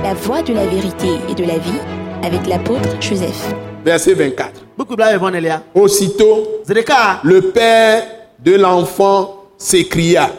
La voie de la vérité et de la vie avec l'apôtre Joseph. Verset 24. Aussitôt, le père de l'enfant s'écria.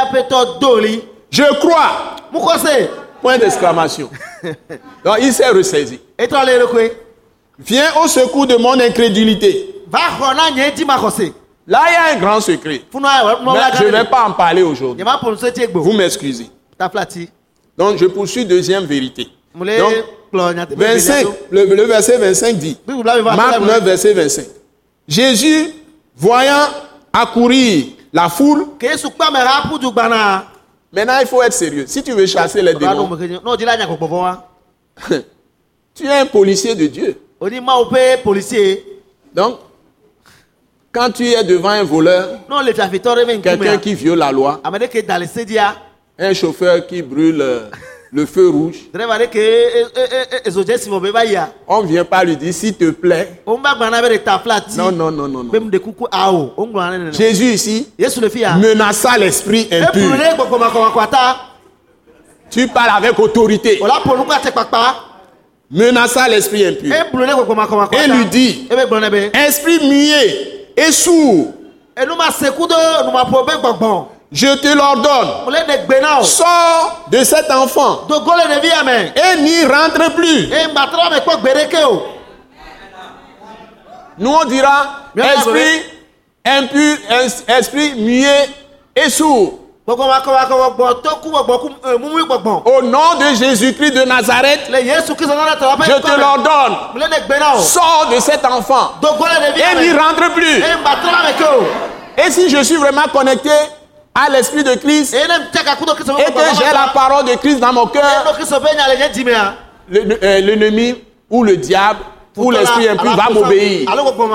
Je crois. Point d'exclamation. Donc il s'est ressaisi. Viens au secours de mon incrédulité. Là, il y a un grand secret. Mais je ne vais pas en parler aujourd'hui. Vous m'excusez. Donc, je poursuis deuxième vérité. Donc, 25, le verset 25 dit, Marc 9, verset 25. Jésus, voyant accourir la foule, maintenant il faut être sérieux. Si tu veux chasser les démons, tu es un policier de Dieu. Donc, quand tu es devant un voleur, quelqu'un qui viole la loi, un chauffeur qui brûle le feu rouge, on ne vient pas lui dire s'il te plaît. Non. Jésus ici menaça l'esprit impur. Tu parles avec autorité. Menaça l'esprit impur. Et lui dit, esprit muet et sourd, je te l'ordonne, sors de cet enfant et n'y rentre plus. Nous on dira esprit impur, esprit muet et sourd. Au nom de Jésus-Christ de Nazareth, je te l'ordonne, sors de cet enfant et n'y rentre plus. Et si je suis vraiment connecté à l'esprit de Christ et que j'ai la parole de Christ dans mon cœur, l'ennemi ou le diable ou l'esprit impur va m'obéir.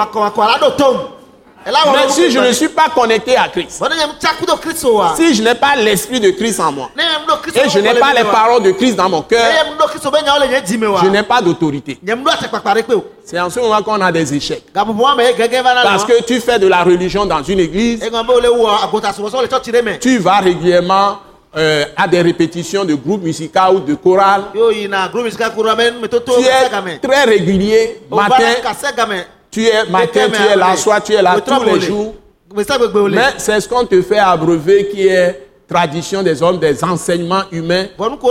Mais si je ne suis pas connecté à Christ, si je n'ai pas l'esprit de Christ en moi, et je n'ai pas les paroles de Christ dans mon cœur, je n'ai pas d'autorité. C'est en ce moment qu'on a des échecs. Parce que tu fais de la religion dans une église, tu vas régulièrement à des répétitions de groupes musicaux ou de chorales. Tu es très régulier, tu es là, soit tu es là tous les jours. Mais c'est ce qu'on te fait abreuver qui est tradition des hommes, des enseignements humains,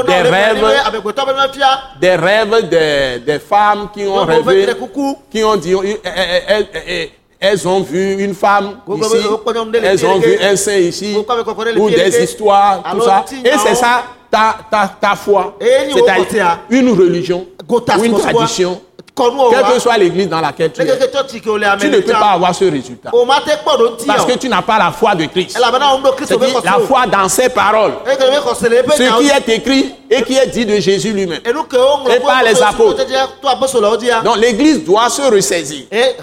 des rêves des femmes qui ont rêvé, qui ont dit, elles ont vu une femme ici, elles ont vu un saint ici, ou des histoires, tout ça. Et c'est ça ta foi. C'est-à-dire une religion ou une tradition. Quelle que soit l'église dans laquelle tu es, tu ne peux pas avoir ce résultat. Parce que tu n'as pas la foi de Christ. C'est-à-dire la foi dans ses paroles. Ce qui est écrit et qui est dit de Jésus lui-même. Et par les apôtres. Donc l'église doit se ressaisir.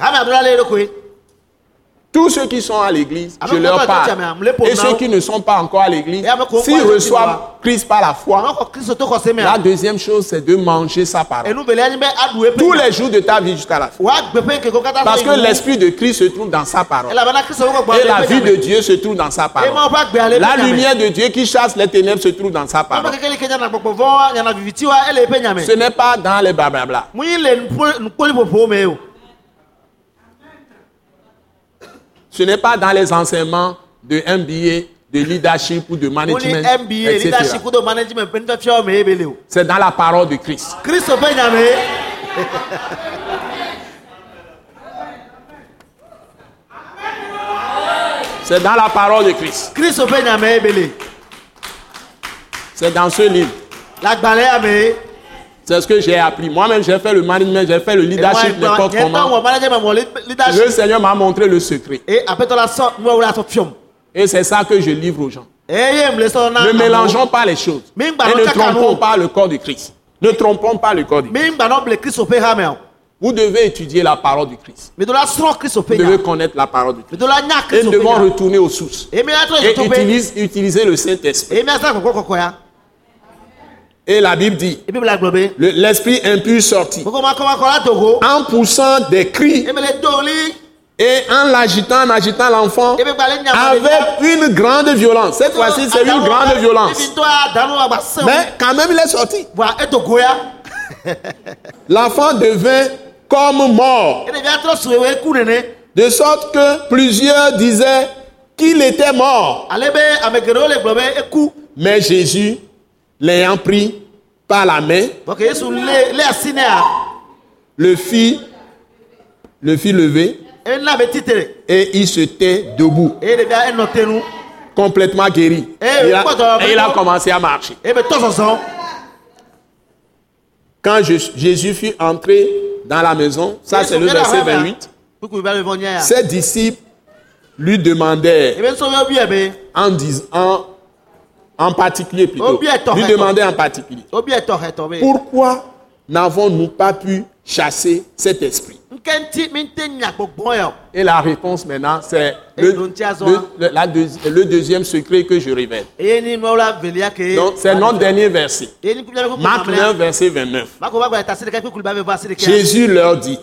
Tous ceux qui sont à l'église, je leur parle. Et ceux qui ne sont pas encore à l'église, s'ils reçoivent Christ par la foi, la deuxième chose, c'est de manger sa parole. Tous les jours de ta vie jusqu'à la fin. Parce que l'esprit de Christ se trouve dans sa parole. Et la vie de Dieu se trouve dans sa parole. La lumière de Dieu qui chasse les ténèbres se trouve dans sa parole. Ce n'est pas dans les blablabla. Ce n'est pas dans les enseignements de MBA, de leadership ou de management, etc. C'est dans la parole de Christ. C'est dans la parole de Christ. C'est dans ce livre. C'est ce que j'ai appris. Moi-même, j'ai fait le management, j'ai fait le leadership, n'importe comment. Le Seigneur m'a montré le secret. Et c'est ça que je livre aux gens. Ne mélangeons pas les choses. Et ne trompons pas le corps de Christ. Ne trompons pas le corps de Christ. Vous devez étudier la parole du Christ. Vous devez connaître la parole du Christ. Et nous devons retourner aux sources. Et utiliser le Saint-Esprit. Et la Bible dit, l'esprit impur sortit en poussant des cris Et en l'agitant l'enfant avec une grande violence. Cette fois-ci, c'est une grande violence. Mais quand même, il est sorti. L'enfant devint comme mort. De sorte que plusieurs disaient qu'il était mort. Mais Jésus, l'ayant pris par la main, le fit lever et il se tait debout, complètement guéri. Et il a commencé à marcher. Quand Jésus fut entré dans la maison, ça c'est le verset 28, ses disciples lui demandèrent, en particulier plutôt, lui demandaient en particulier, pourquoi n'avons-nous pas pu chasser cet esprit? Et la réponse maintenant, c'est le deuxième secret que je révèle. Donc, c'est notre dernier verset. Marc 9, verset 29. Jésus leur dit,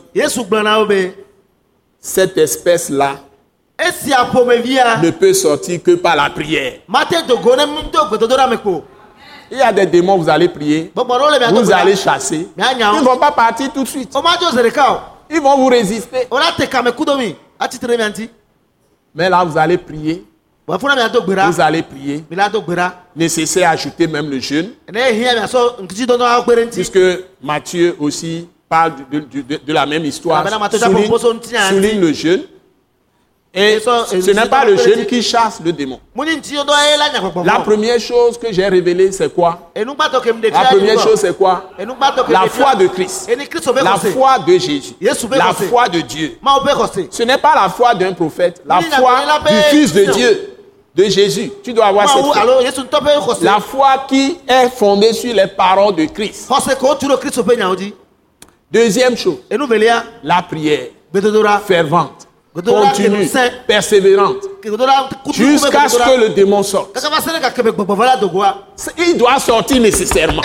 cette espèce-là ne peut sortir que par la prière. Il y a des démons, vous allez prier, vous allez chasser. Ils ne vont pas partir tout de suite. Ils vont vous résister. Mais là, vous allez prier. Vous allez prier. Nécessaire d'ajouter même le jeûne. Puisque Matthieu aussi parle de la même histoire. Souligne le jeûne. Et ce n'est pas le jeûne qui chasse le démon. La première chose que j'ai révélée, c'est quoi? La première chose, c'est quoi? La foi de Christ. La foi de Jésus. La foi de Dieu. Ce n'est pas la foi d'un prophète. La foi du Fils de Dieu, de Jésus. Tu dois avoir cette foi. La foi qui est fondée sur les paroles de Christ. Deuxième chose, la prière fervente, continue, persévérante, jusqu'à ce que le démon sorte. Il doit sortir nécessairement.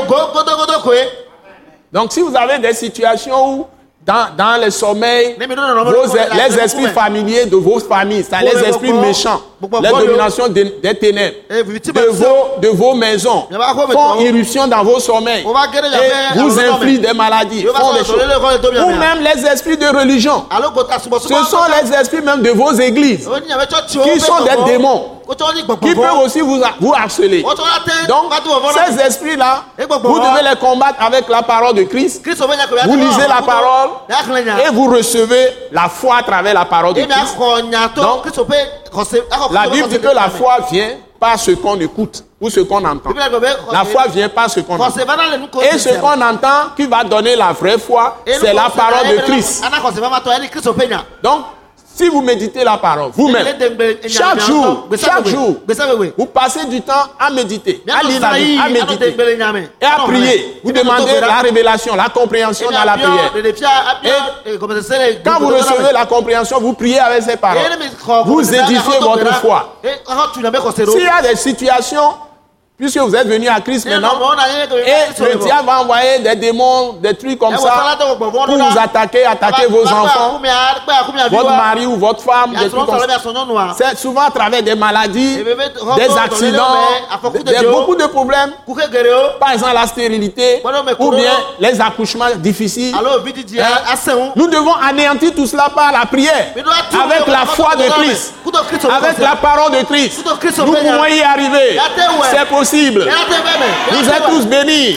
Donc si vous avez des situations où dans les sommeils, les esprits familiers de vos familles, c'est-à-dire les esprits méchants, les dominations des ténèbres de vos maisons font irruption dans vos sommeils et vous infligent des maladies, font des choses. Ou même les esprits de religion. Ce sont les esprits même de vos églises qui sont des démons, qui peuvent aussi vous harceler. Donc, ces esprits-là, vous devez les combattre avec la parole de Christ. Vous lisez la parole et vous recevez la foi à travers la parole de Christ. Donc, la Bible dit que la foi vient par ce qu'on écoute ou ce qu'on entend. La foi vient par ce qu'on entend. Et ce qu'on entend qui va donner la vraie foi, c'est la parole de Christ. Donc, si vous méditez la parole, vous-même, chaque jour, vous passez du temps à méditer, à lire la Bible, à méditer et à prier. Vous demandez la révélation, la compréhension dans la prière. Et quand vous recevez la compréhension, vous priez avec ces paroles. Vous édifiez votre foi. S'il y a des situations, puisque vous êtes venu à Christ maintenant, et le diable va envoyer des démons, des trucs comme ça, pour vous attaquer vos enfants, votre mari ou votre femme, des trucs comme ça. C'est souvent à travers des maladies, des accidents, beaucoup de problèmes. Par exemple, la stérilité, ou bien les accouchements difficiles. Nous devons anéantir tout cela par la prière, avec la foi de Christ, avec la parole de Christ. Nous pouvons y arriver. C'est possible. Vous êtes tous bénis.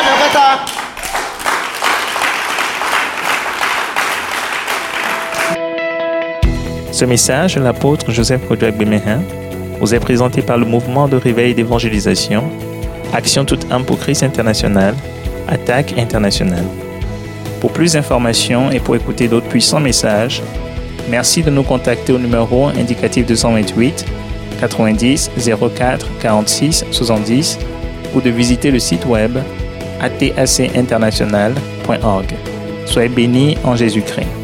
Ce message de l'apôtre Joseph Kodouak Bemehin vous est présenté par le mouvement de réveil d'évangélisation Action toute âme pour Christ international, Attaque internationale. Pour plus d'informations et pour écouter d'autres puissants messages, merci de nous contacter au numéro indicatif 228 90 04 46 70 ou de visiter le site web atacinternational.org. Soyez bénis en Jésus-Christ.